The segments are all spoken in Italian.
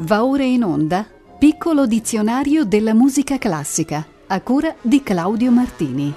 Va ora in onda Piccolo dizionario della musica classica, a cura di Claudio Martini.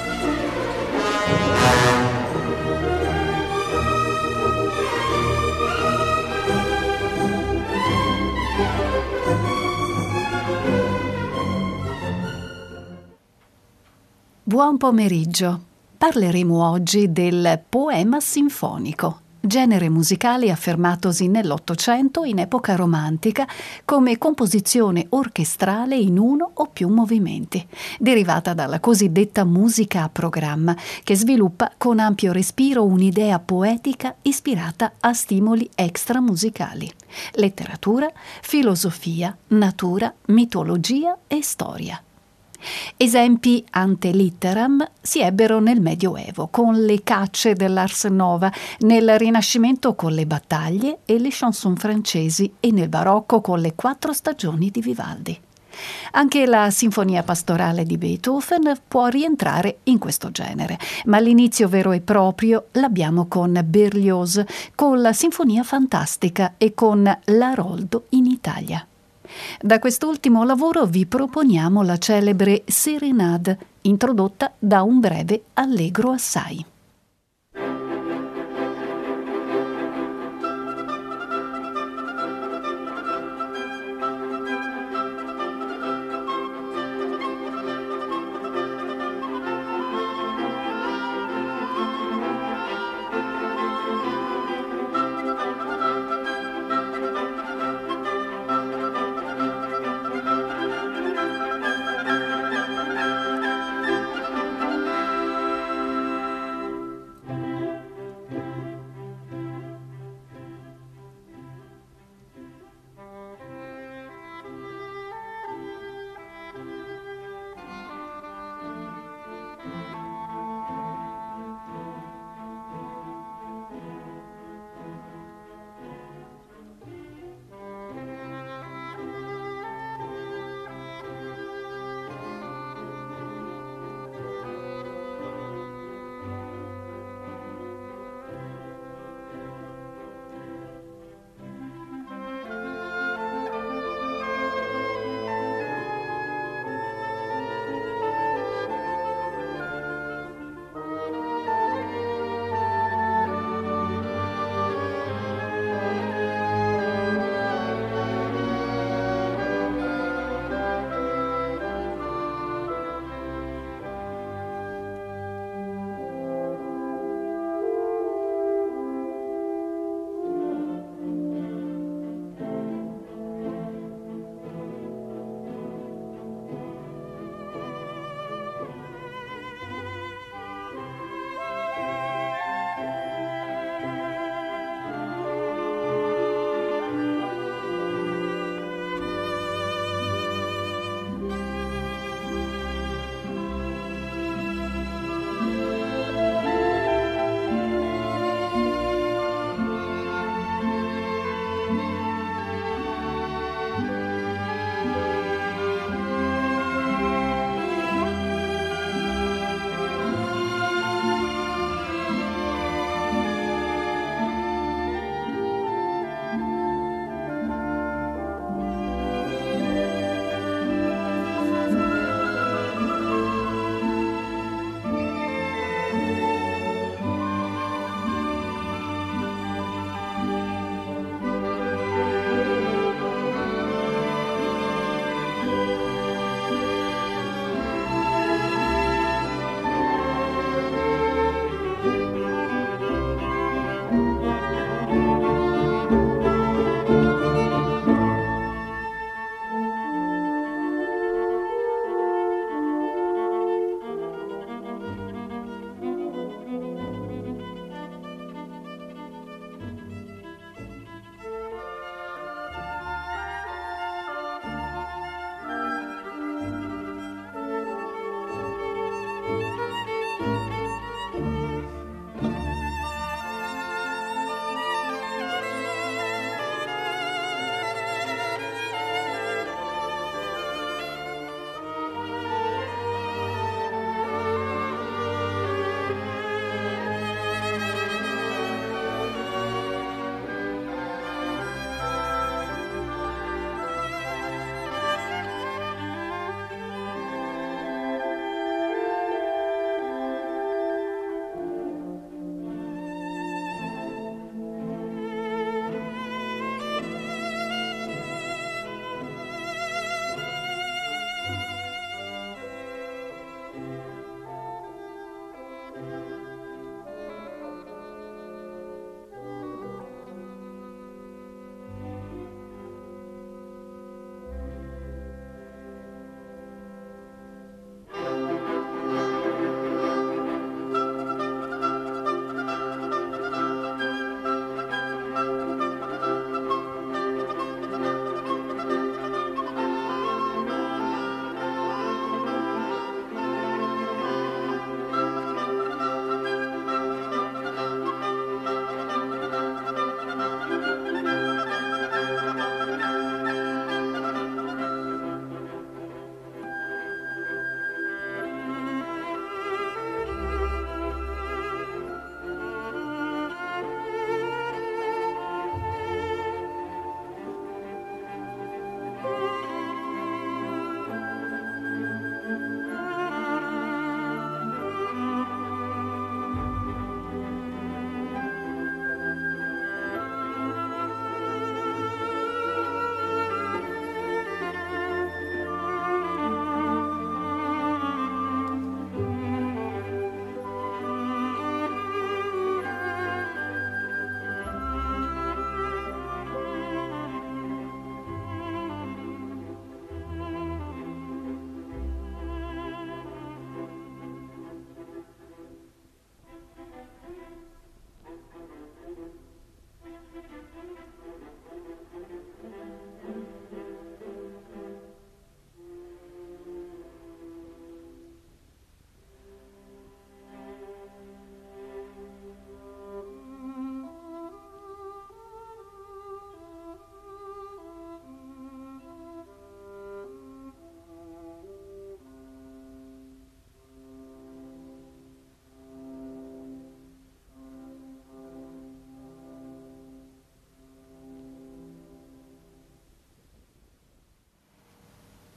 Buon pomeriggio. Parleremo oggi del poema sinfonico, genere musicale affermatosi nell'Ottocento in epoca romantica come composizione orchestrale in uno o più movimenti, derivata dalla cosiddetta musica a programma, che sviluppa con ampio respiro un'idea poetica ispirata a stimoli extramusicali: letteratura, filosofia, natura, mitologia e storia. Esempi ante litteram si ebbero nel Medioevo con le cacce dell'Ars Nova, nel Rinascimento con le battaglie e le chanson francesi e nel Barocco con le 4 stagioni di Vivaldi. Anche la Sinfonia pastorale di Beethoven può rientrare in questo genere, ma l'inizio vero e proprio l'abbiamo con Berlioz, con la Sinfonia fantastica e con l'Aroldo in Italia. Da quest'ultimo lavoro vi proponiamo la celebre Serenade, introdotta da un breve allegro assai.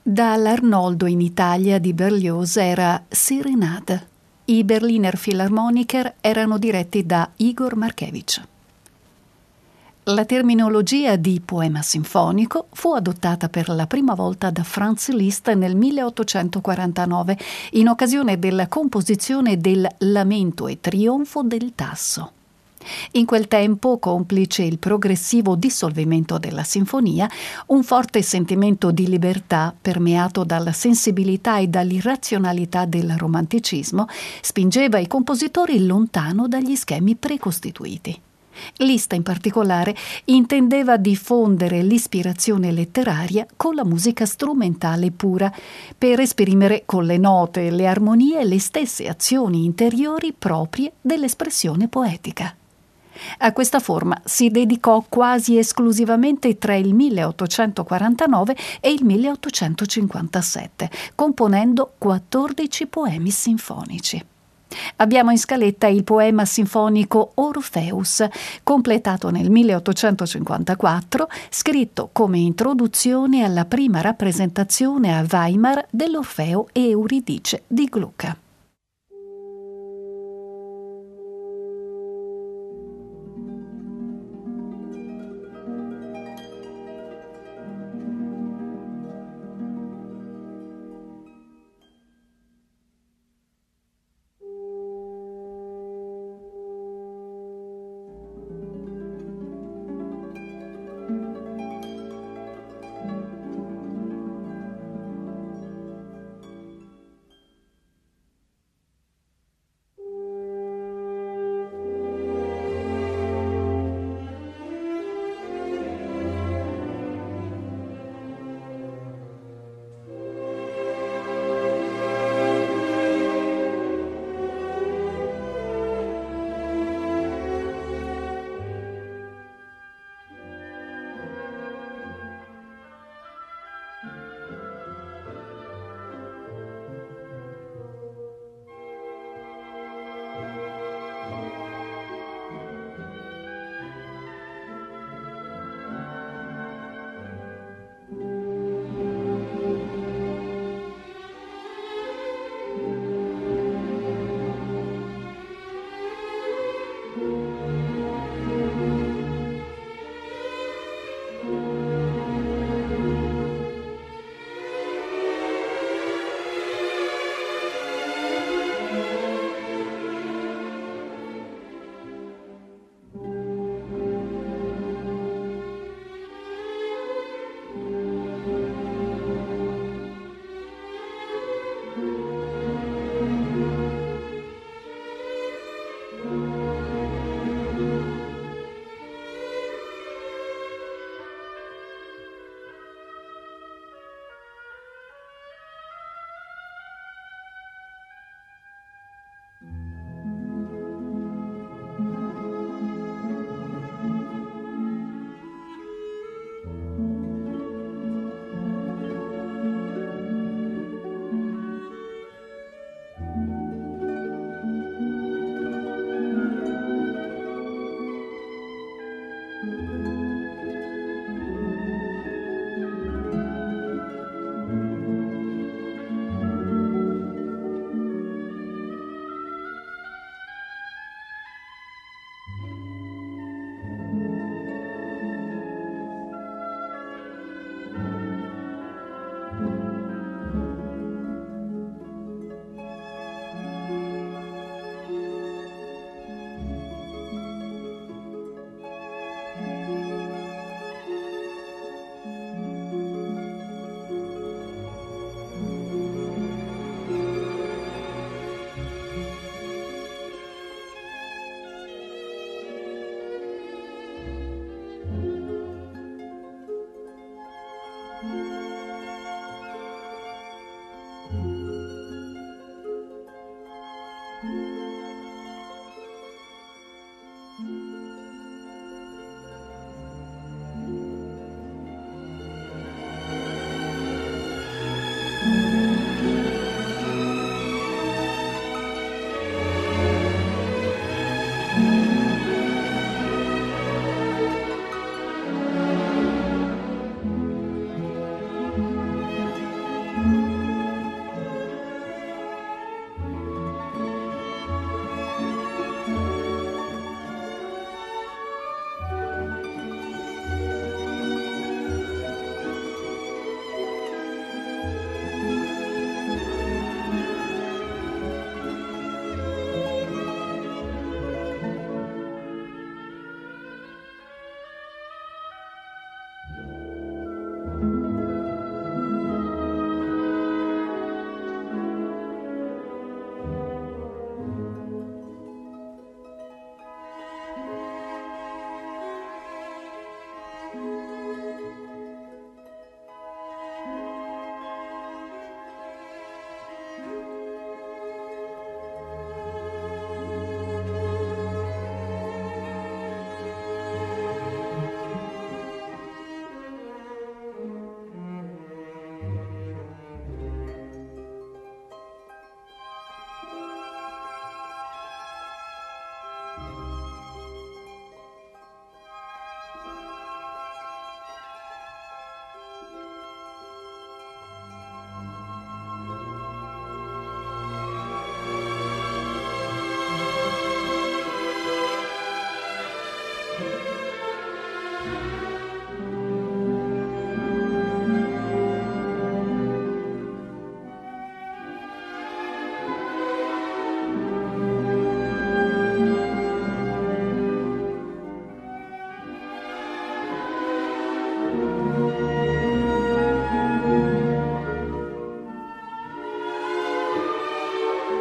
Dall'Arnoldo in Italia di Berlioz era Serenade. I Berliner Philharmoniker erano diretti da Igor Markevich. La terminologia di poema sinfonico fu adottata per la prima volta da Franz Liszt nel 1849 in occasione della composizione del Lamento e trionfo del Tasso. In quel tempo, complice il progressivo dissolvimento della sinfonia, un forte sentimento di libertà, permeato dalla sensibilità e dall'irrazionalità del romanticismo, spingeva i compositori lontano dagli schemi precostituiti. Liszt, in particolare, intendeva diffondere l'ispirazione letteraria con la musica strumentale pura, per esprimere con le note e le armonie le stesse azioni interiori proprie dell'espressione poetica. A questa forma si dedicò quasi esclusivamente tra il 1849 e il 1857, componendo 14 poemi sinfonici. Abbiamo in scaletta il poema sinfonico Orpheus, completato nel 1854, scritto come introduzione alla prima rappresentazione a Weimar dell'Orfeo e Euridice di Gluck.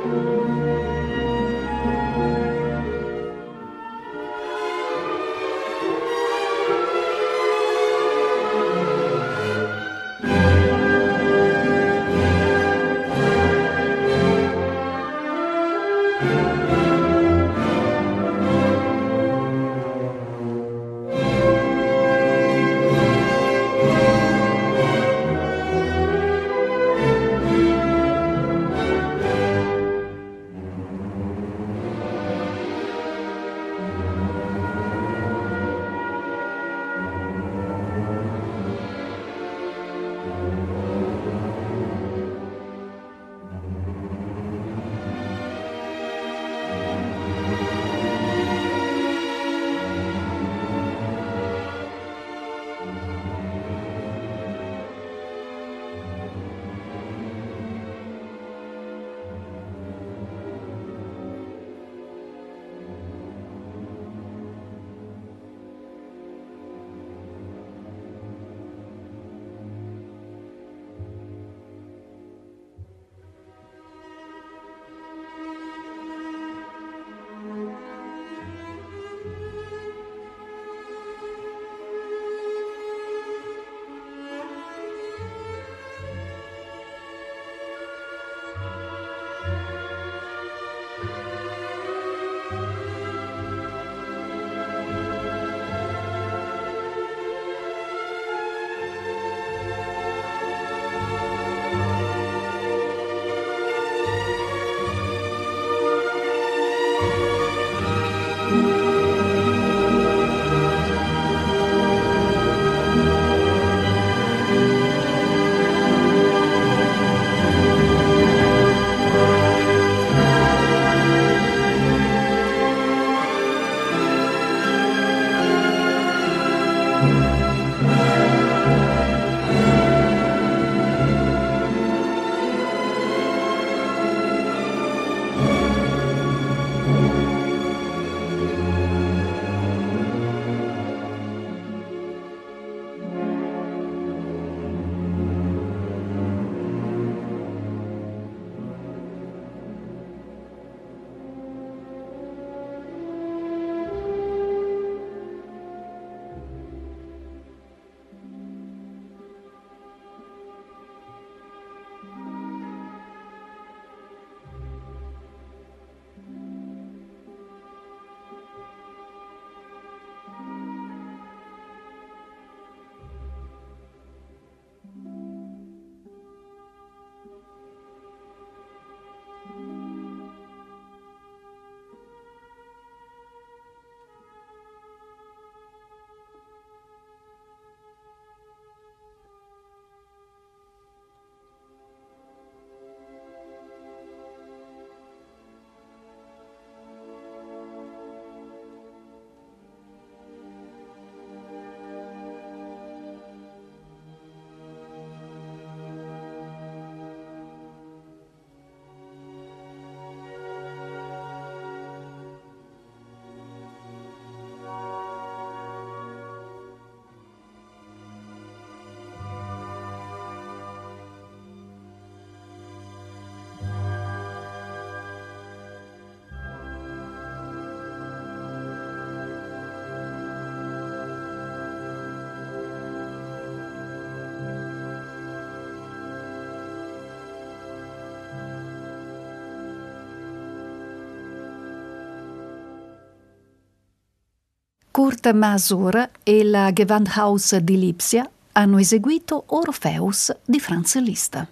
Kurt Masur e la Gewandhaus di Lipsia hanno eseguito Orpheus di Franz Liszt.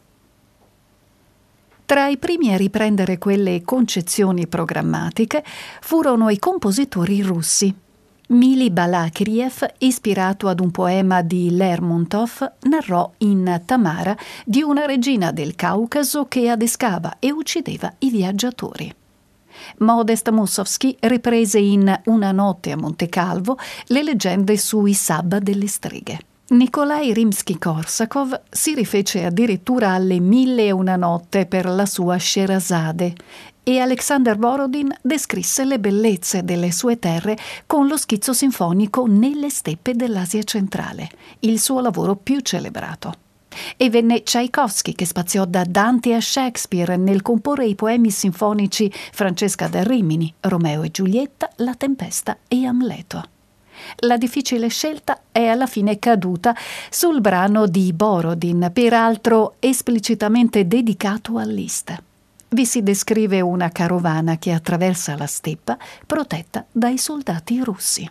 Tra i primi a riprendere quelle concezioni programmatiche furono i compositori russi. Mili Balakriev, ispirato ad un poema di Lermontov, narrò in Tamara di una regina del Caucaso che adescava e uccideva i viaggiatori. Modest Musorgsky riprese in Una notte a Montecalvo le leggende sui Sabba delle streghe. Nikolai Rimsky-Korsakov si rifece addirittura alle 1001 notte per la sua Sherazade e Alexander Borodin descrisse le bellezze delle sue terre con lo schizzo sinfonico Nelle steppe dell'Asia centrale, il suo lavoro più celebrato. E venne Tchaikovsky che spaziò da Dante a Shakespeare nel comporre i poemi sinfonici Francesca da Rimini, Romeo e Giulietta, La Tempesta e Amleto. La difficile scelta è alla fine caduta sul brano di Borodin, peraltro esplicitamente dedicato a Liszt. Vi si descrive una carovana che attraversa la steppa protetta dai soldati russi.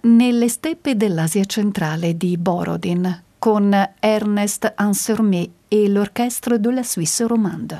Nelle steppe dell'Asia centrale di Borodin con Ernest Ansermet e l'Orchestre de la Suisse Romande.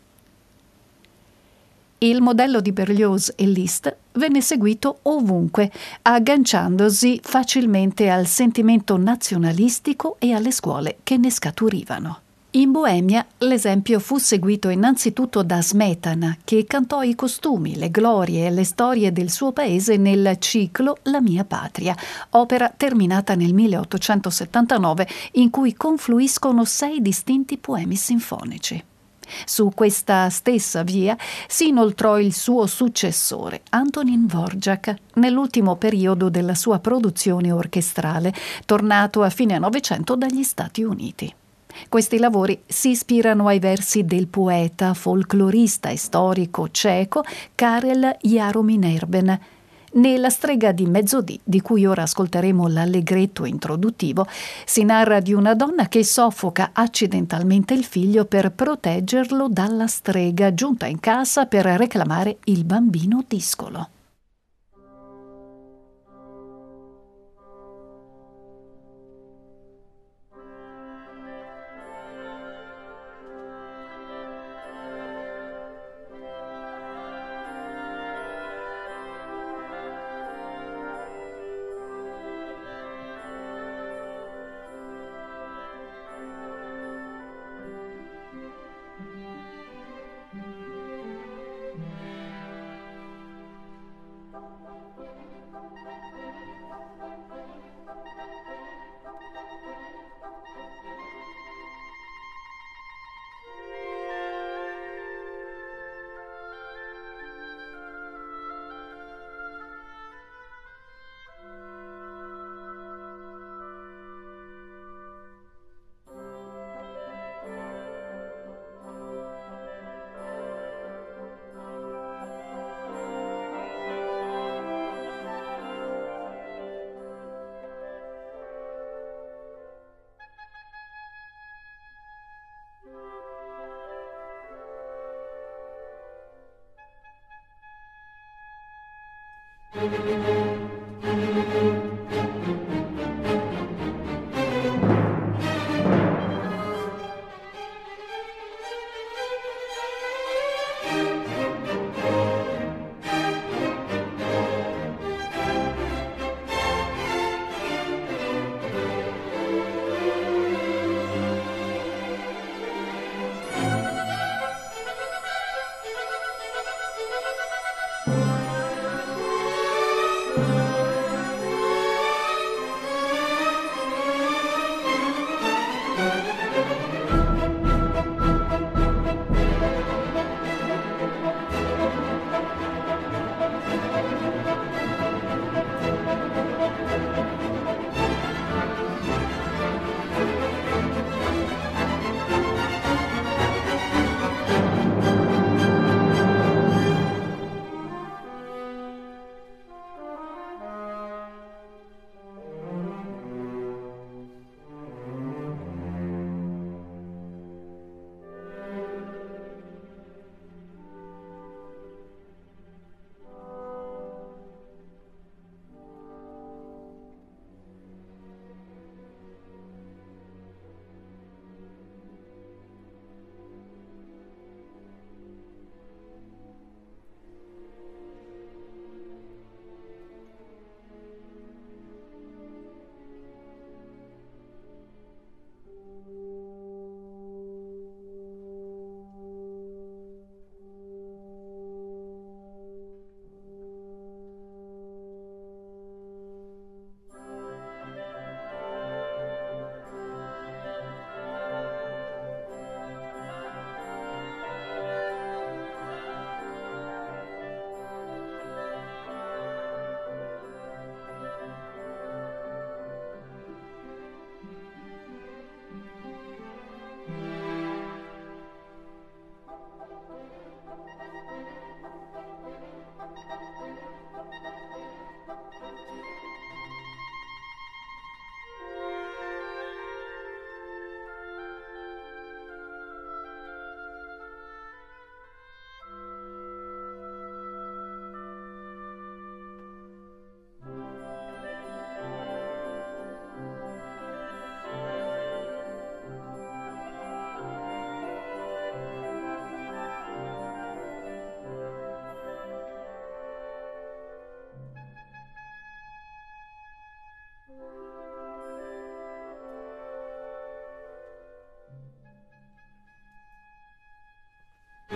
Il modello di Berlioz e Liszt venne seguito ovunque, agganciandosi facilmente al sentimento nazionalistico e alle scuole che ne scaturivano. In Boemia l'esempio fu seguito innanzitutto da Smetana, che cantò i costumi, le glorie e le storie del suo paese nel ciclo La mia patria, opera terminata nel 1879, in cui confluiscono 6 distinti poemi sinfonici. Su questa stessa via si inoltrò il suo successore, Antonín Dvořák, nell'ultimo periodo della sua produzione orchestrale, tornato a fine Novecento dagli Stati Uniti. Questi lavori si ispirano ai versi del poeta, folclorista e storico ceco Karel Jaromír. Nella Strega di mezzodì, di cui ora ascolteremo l'allegretto introduttivo, si narra di una donna che soffoca accidentalmente il figlio per proteggerlo dalla strega giunta in casa per reclamare il bambino discolo.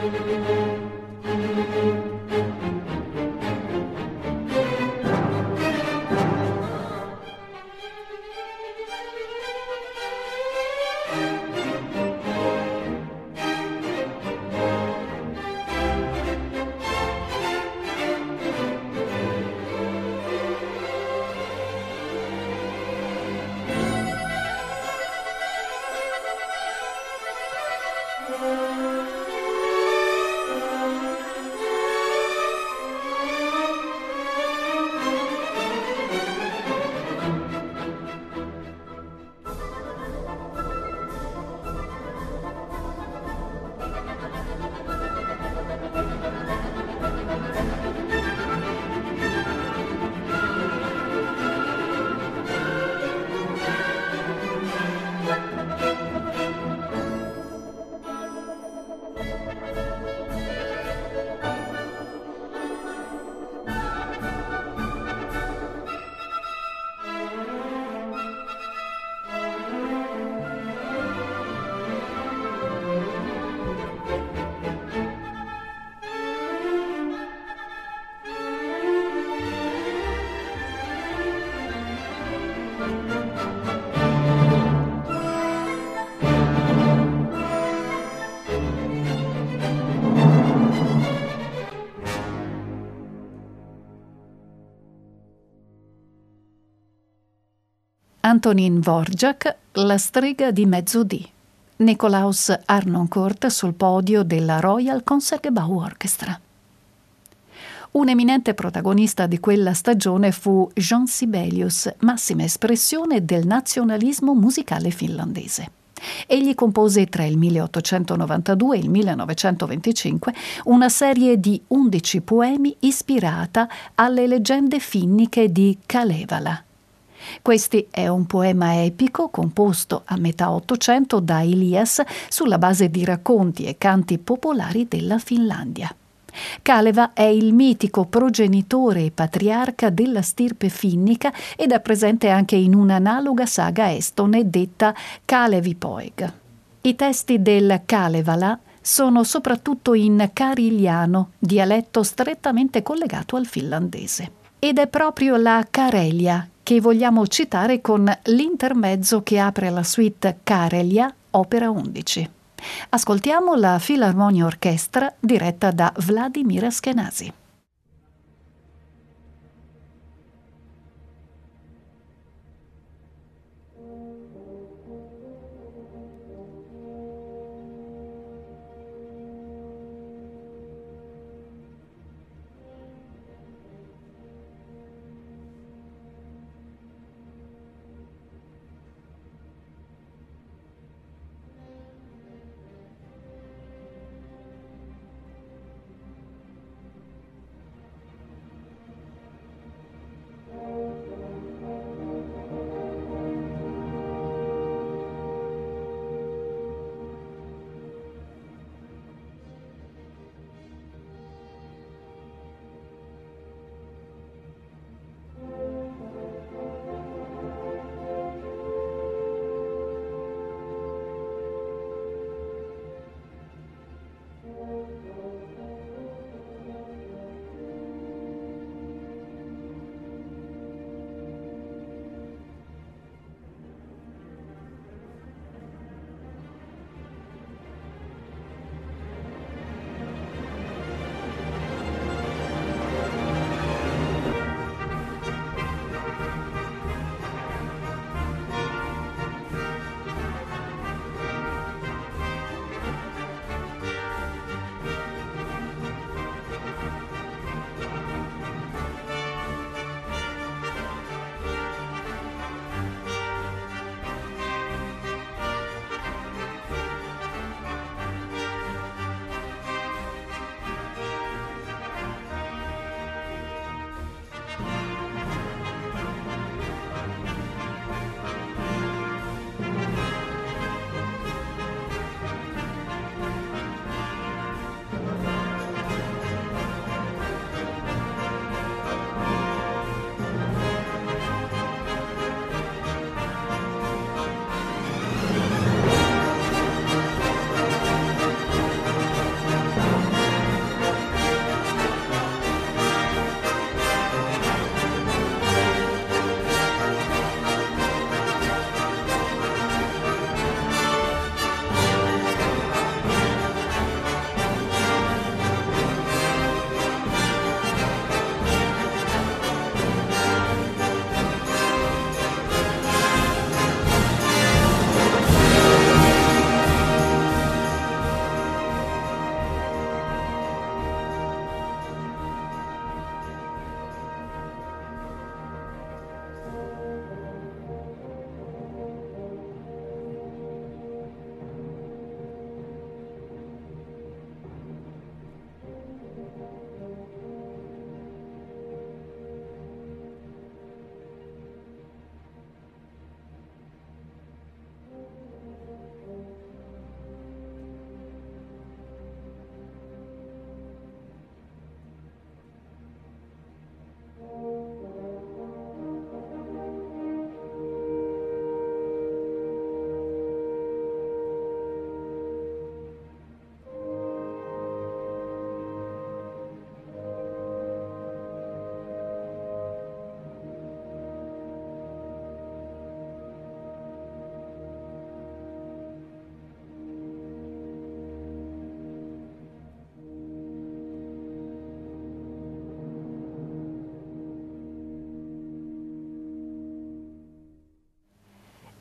Antonín Dvořák, La strega di mezzodì. Nikolaus Harnoncourt sul podio della Royal Concertgebouw Orchestra. Un eminente protagonista di quella stagione fu Jean Sibelius, massima espressione del nazionalismo musicale finlandese. Egli compose tra il 1892 e il 1925 una serie di 11 poemi ispirata alle leggende finniche di Kalevala. Questi è un poema epico composto a metà Ottocento da Elias sulla base di racconti e canti popolari della Finlandia. Kaleva è il mitico progenitore e patriarca della stirpe finnica ed è presente anche in un'analoga saga estone detta Kalevipoeg. I testi del Kalevala sono soprattutto in kareliano, dialetto strettamente collegato al finlandese. Ed è proprio la Karelia che vogliamo citare con l'intermezzo che apre la suite Karelia, opera 11. Ascoltiamo la Filarmonia Orchestra diretta da Vladimir Ashkenazy.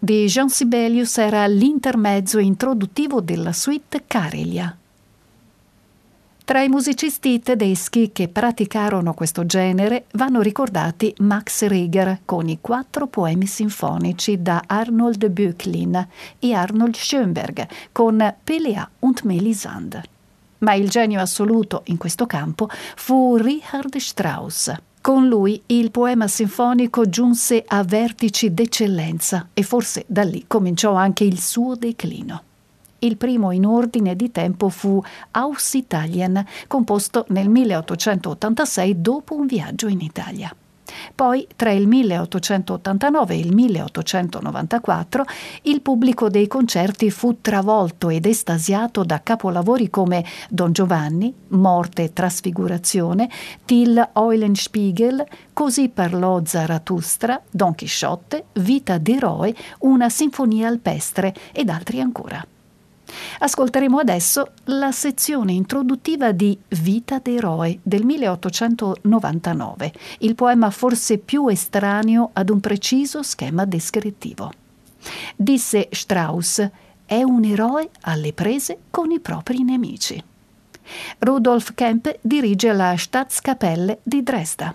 di Jean Sibelius era l'intermezzo introduttivo della suite Karelia. Tra i musicisti tedeschi che praticarono questo genere vanno ricordati Max Reger con i 4 poemi sinfonici da Arnold Böcklin e Arnold Schönberg con Pelléa und Mélisande. Ma il genio assoluto in questo campo fu Richard Strauss. Con lui il poema sinfonico giunse a vertici d'eccellenza e forse da lì cominciò anche il suo declino. Il primo in ordine di tempo fu Aus Italien, composto nel 1886 dopo un viaggio in Italia. Poi, tra il 1889 e il 1894, il pubblico dei concerti fu travolto ed estasiato da capolavori come Don Giovanni, Morte e Trasfigurazione, Till Eulenspiegel, Così parlò Zarathustra, Don Chisciotte, Vita d'eroe, Una sinfonia alpestre ed altri ancora. Ascolteremo adesso la sezione introduttiva di Vita d'eroe del 1899, il poema forse più estraneo ad un preciso schema descrittivo. Disse Strauss: è un eroe alle prese con i propri nemici. Rudolf Kemp dirige la Staatskapelle di Dresda.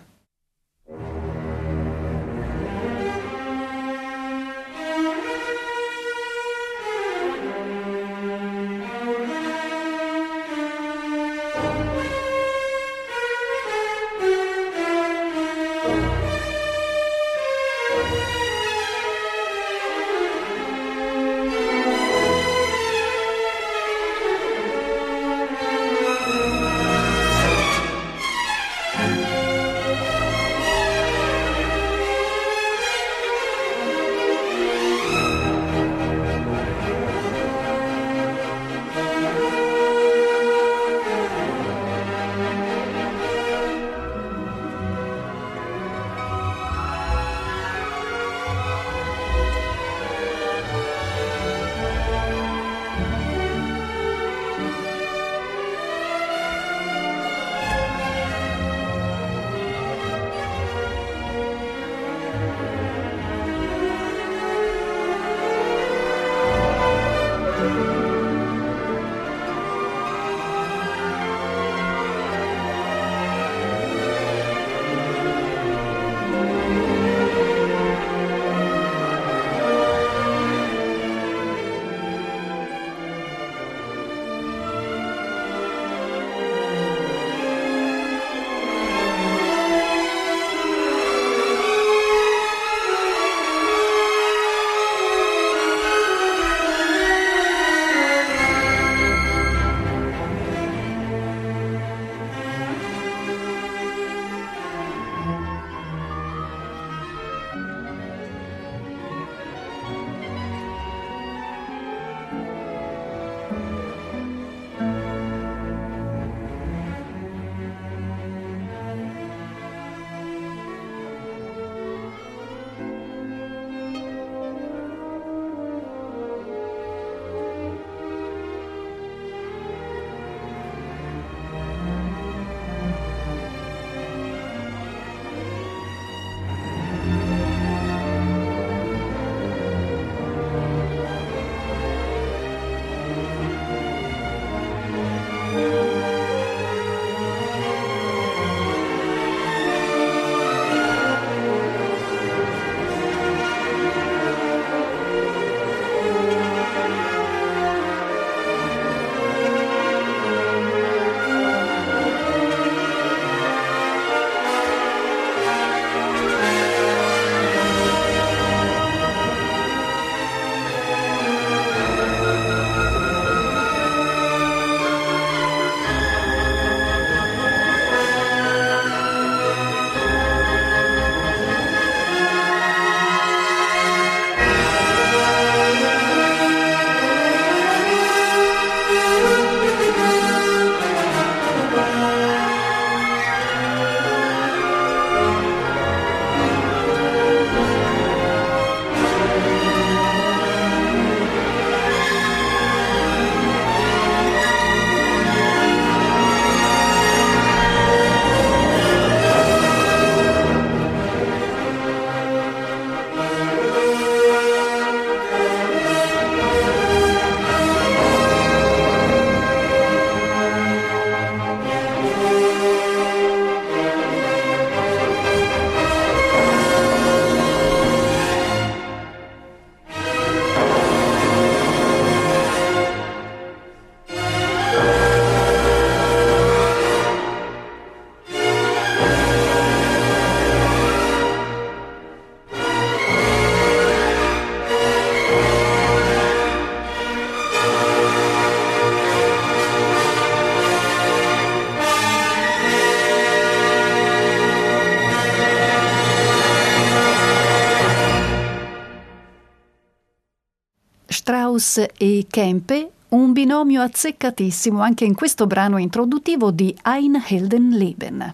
Strauss e Kempe, un binomio azzeccatissimo anche in questo brano introduttivo di Ein Heldenleben.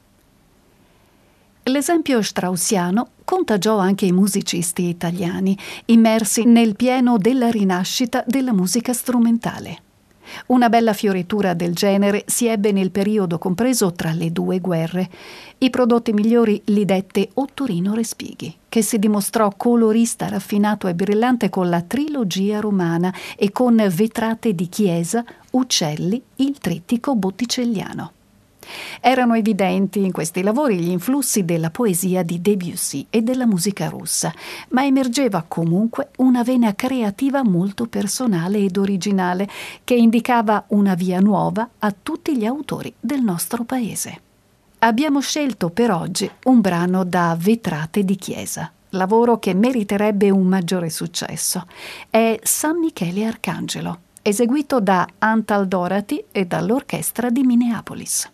L'esempio straussiano contagiò anche i musicisti italiani, immersi nel pieno della rinascita della musica strumentale. Una bella fioritura del genere si ebbe nel periodo compreso tra le due guerre. I prodotti migliori li dette Ottorino Respighi, che si dimostrò colorista raffinato e brillante con la trilogia romana e con Vetrate di Chiesa, Uccelli, il trittico botticelliano. Erano evidenti in questi lavori gli influssi della poesia di Debussy e della musica russa, ma emergeva comunque una vena creativa molto personale ed originale che indicava una via nuova a tutti gli autori del nostro paese. Abbiamo scelto per oggi un brano da Vetrate di Chiesa, lavoro che meriterebbe un maggiore successo. È San Michele Arcangelo, eseguito da Antal Dorati e dall'orchestra di Minneapolis.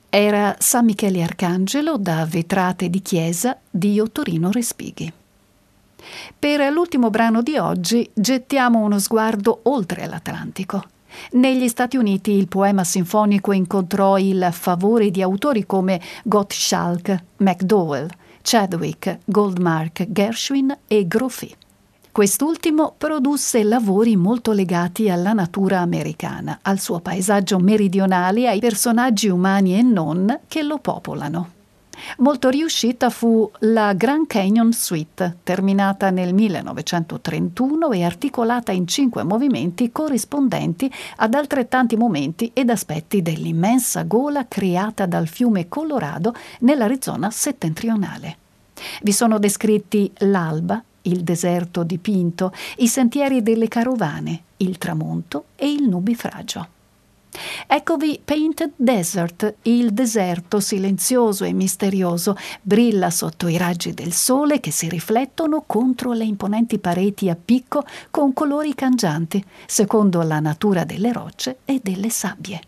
Era San Michele Arcangelo da Vetrate di chiesa di Ottorino Respighi. Per l'ultimo brano di oggi gettiamo uno sguardo oltre l'Atlantico. Negli Stati Uniti il poema sinfonico incontrò il favore di autori come Gottschalk, McDowell, Chadwick, Goldmark, Gershwin e Grofé. Quest'ultimo produsse lavori molto legati alla natura americana, al suo paesaggio meridionale e ai personaggi umani e non che lo popolano. Molto riuscita fu la Grand Canyon Suite, terminata nel 1931 e articolata in 5 movimenti corrispondenti ad altrettanti momenti ed aspetti dell'immensa gola creata dal fiume Colorado nell'Arizona settentrionale. Vi sono descritti l'alba, il deserto dipinto, i sentieri delle carovane, il tramonto e il nubifragio. Eccovi Painted Desert, il deserto silenzioso e misterioso brilla sotto i raggi del sole che si riflettono contro le imponenti pareti a picco con colori cangianti, secondo la natura delle rocce e delle sabbie.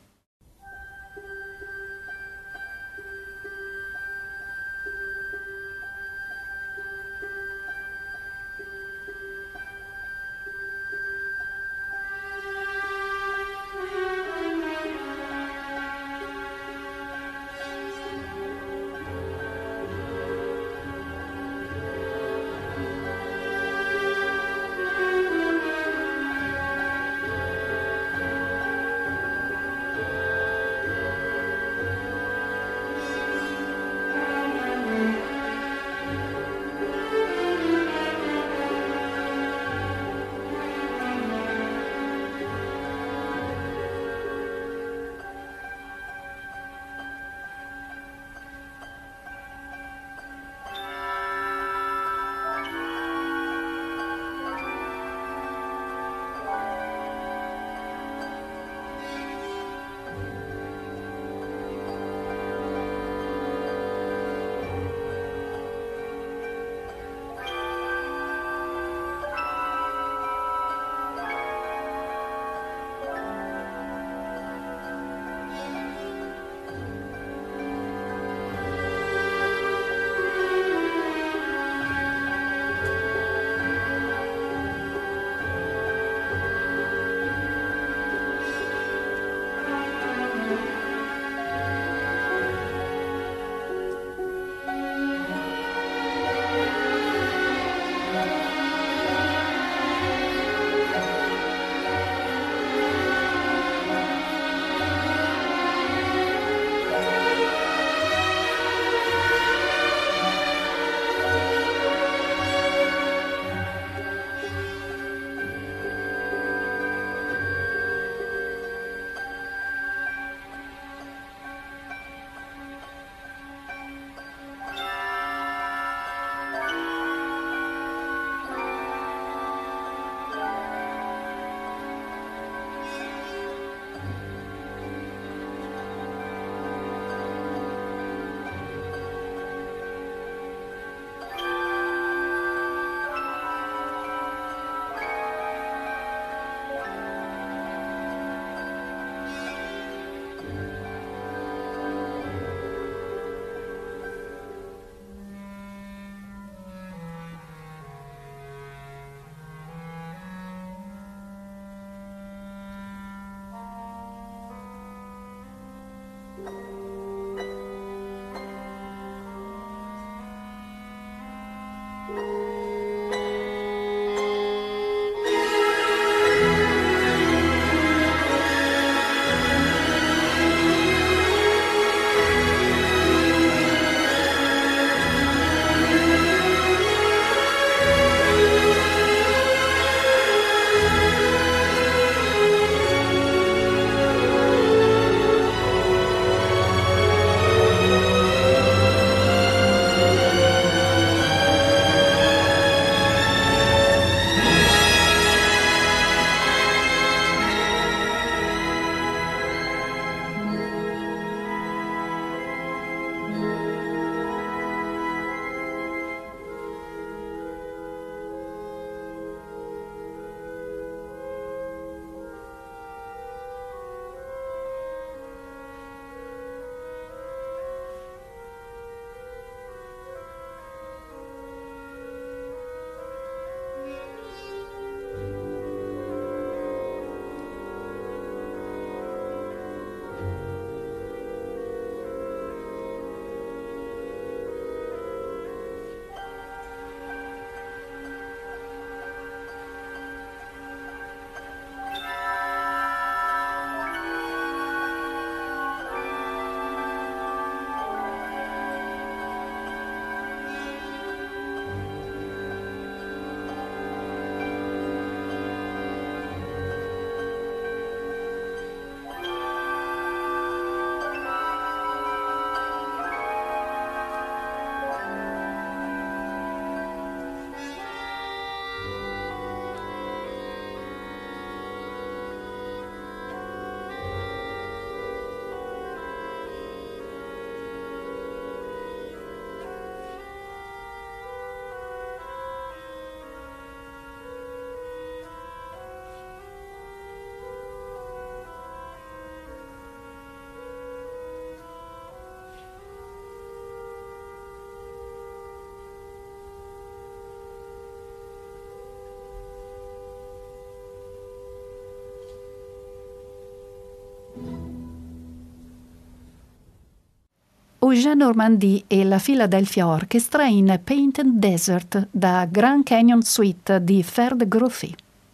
Eugène Normandie e la Philadelphia Orchestra in Painted Desert da Grand Canyon Suite di Ferd Groffy.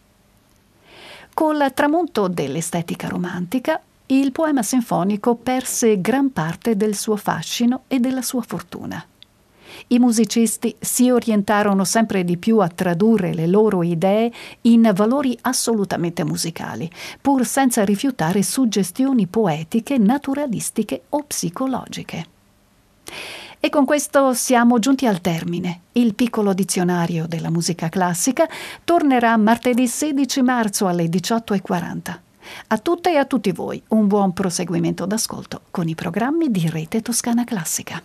Col tramonto dell'estetica romantica, il poema sinfonico perse gran parte del suo fascino e della sua fortuna. I musicisti si orientarono sempre di più a tradurre le loro idee in valori assolutamente musicali, pur senza rifiutare suggestioni poetiche, naturalistiche o psicologiche. E con questo siamo giunti al termine. Il piccolo dizionario della musica classica tornerà martedì 16 marzo alle 18:40. A tutte e a tutti voi un buon proseguimento d'ascolto con i programmi di Rete Toscana Classica.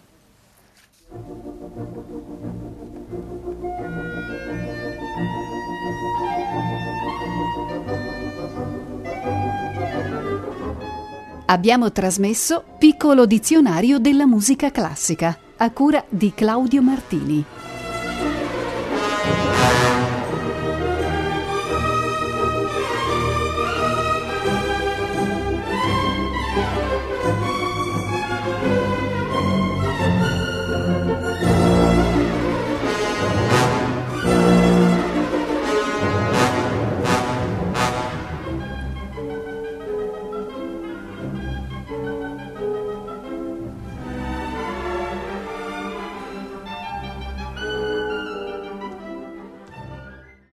Abbiamo trasmesso Piccolo dizionario della musica classica a cura di Claudio Martini.